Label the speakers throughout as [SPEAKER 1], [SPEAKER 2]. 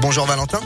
[SPEAKER 1] Bonjour Valentin.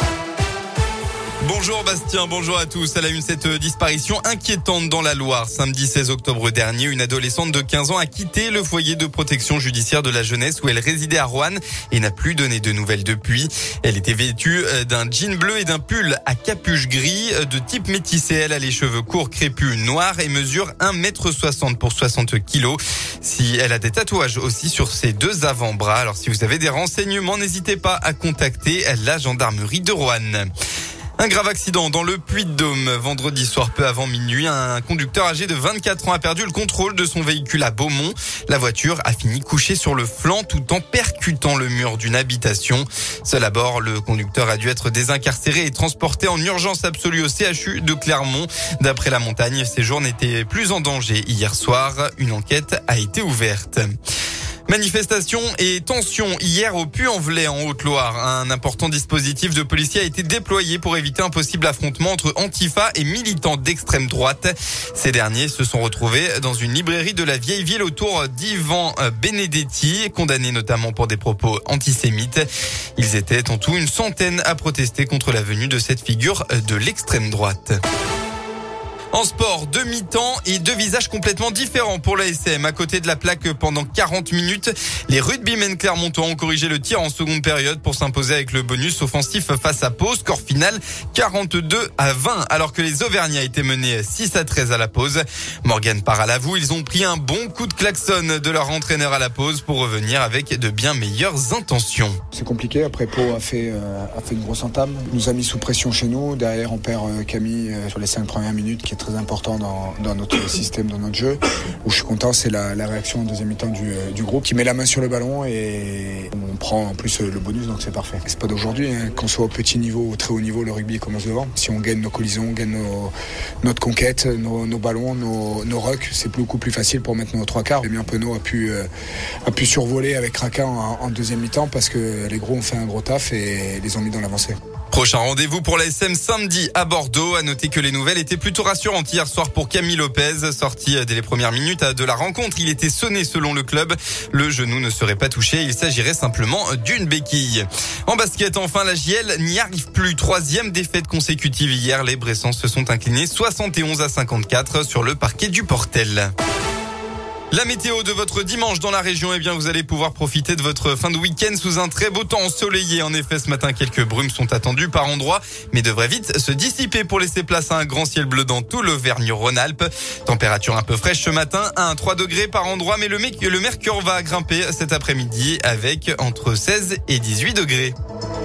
[SPEAKER 2] Bonjour Bastien, bonjour à tous. À la une, cette disparition inquiétante dans la Loire. Samedi 16 octobre dernier, une adolescente de 15 ans a quitté le foyer de protection judiciaire de la jeunesse où elle résidait à Roanne et n'a plus donné de nouvelles depuis. Elle était vêtue d'un jean bleu et d'un pull à capuche gris de type métissé. Elle a les cheveux courts, crépus, noirs et mesure 1,60 m pour 60 kg. Si elle a des tatouages aussi sur ses deux avant-bras. Alors si vous avez des renseignements, n'hésitez pas à contacter la gendarmerie de Roanne. Un grave accident dans le Puy-de-Dôme. Vendredi soir, peu avant minuit, un conducteur âgé de 24 ans a perdu le contrôle de son véhicule à Beaumont. La voiture a fini couchée sur le flanc tout en percutant le mur d'une habitation. Seul à bord, le conducteur a dû être désincarcéré et transporté en urgence absolue au CHU de Clermont. D'après La Montagne, ses jours n'étaient plus en danger. Hier soir, une enquête a été ouverte. Manifestation et tension hier au Puy-en-Velay en Haute-Loire. Un important dispositif de policiers a été déployé pour éviter un possible affrontement entre Antifa et militants d'extrême droite. Ces derniers se sont retrouvés dans une librairie de la vieille ville autour d'Ivan Benedetti, condamné notamment pour des propos antisémites. Ils étaient en tout une centaine à protester contre la venue de cette figure de l'extrême droite. En sport, 2 mi-temps et 2 visages complètement différents pour l'ASM. À côté de la plaque pendant 40 minutes, les rugbymen clermontois ont corrigé le tir en seconde période pour s'imposer avec le bonus offensif face à Pau. Score final 42-20, alors que les Auvergnats étaient menés 6-13 à la pause. Morgan part à l'avou, ils ont pris un bon coup de klaxon de leur entraîneur à la pause pour revenir avec de bien meilleures intentions.
[SPEAKER 3] C'est compliqué, après Pau a fait une grosse entame, nous a mis sous pression chez nous. Derrière on perd Camille sur les 5 premières minutes qui est très important dans notre système, dans notre jeu. Où je suis content, c'est la réaction en deuxième mi-temps du groupe qui met la main sur le ballon et on prend en plus le bonus, donc c'est parfait. C'est pas d'aujourd'hui, qu'on soit au petit niveau ou au très haut niveau, le rugby commence devant. Si on gagne nos collisions, on gagne notre conquête, nos ballons, nos rucks, c'est beaucoup plus facile pour mettre nos trois quarts. Damien Penaud a pu survoler avec Raka en deuxième mi-temps parce que les gros ont fait un gros taf et les ont mis dans l'avancée.
[SPEAKER 2] Prochain rendez-vous pour l'ASM samedi à Bordeaux. À noter que les nouvelles étaient plutôt rassurantes hier soir pour Camille Lopez. Sorti dès les premières minutes de la rencontre, il était sonné selon le club. Le genou ne serait pas touché. Il s'agirait simplement d'une béquille. En basket, enfin, la JL n'y arrive plus. 3e défaite consécutive hier. Les Bressans se sont inclinés 71-54 sur le parquet du Portel. La météo de votre dimanche dans la région, vous allez pouvoir profiter de votre fin de week-end sous un très beau temps ensoleillé. En effet, ce matin, quelques brumes sont attendues par endroits, mais devraient vite se dissiper pour laisser place à un grand ciel bleu dans tout l'Auvergne-Rhône-Alpes. Température un peu fraîche ce matin, 1-3 degrés par endroit, mais le mercure va grimper cet après-midi avec entre 16 et 18 degrés.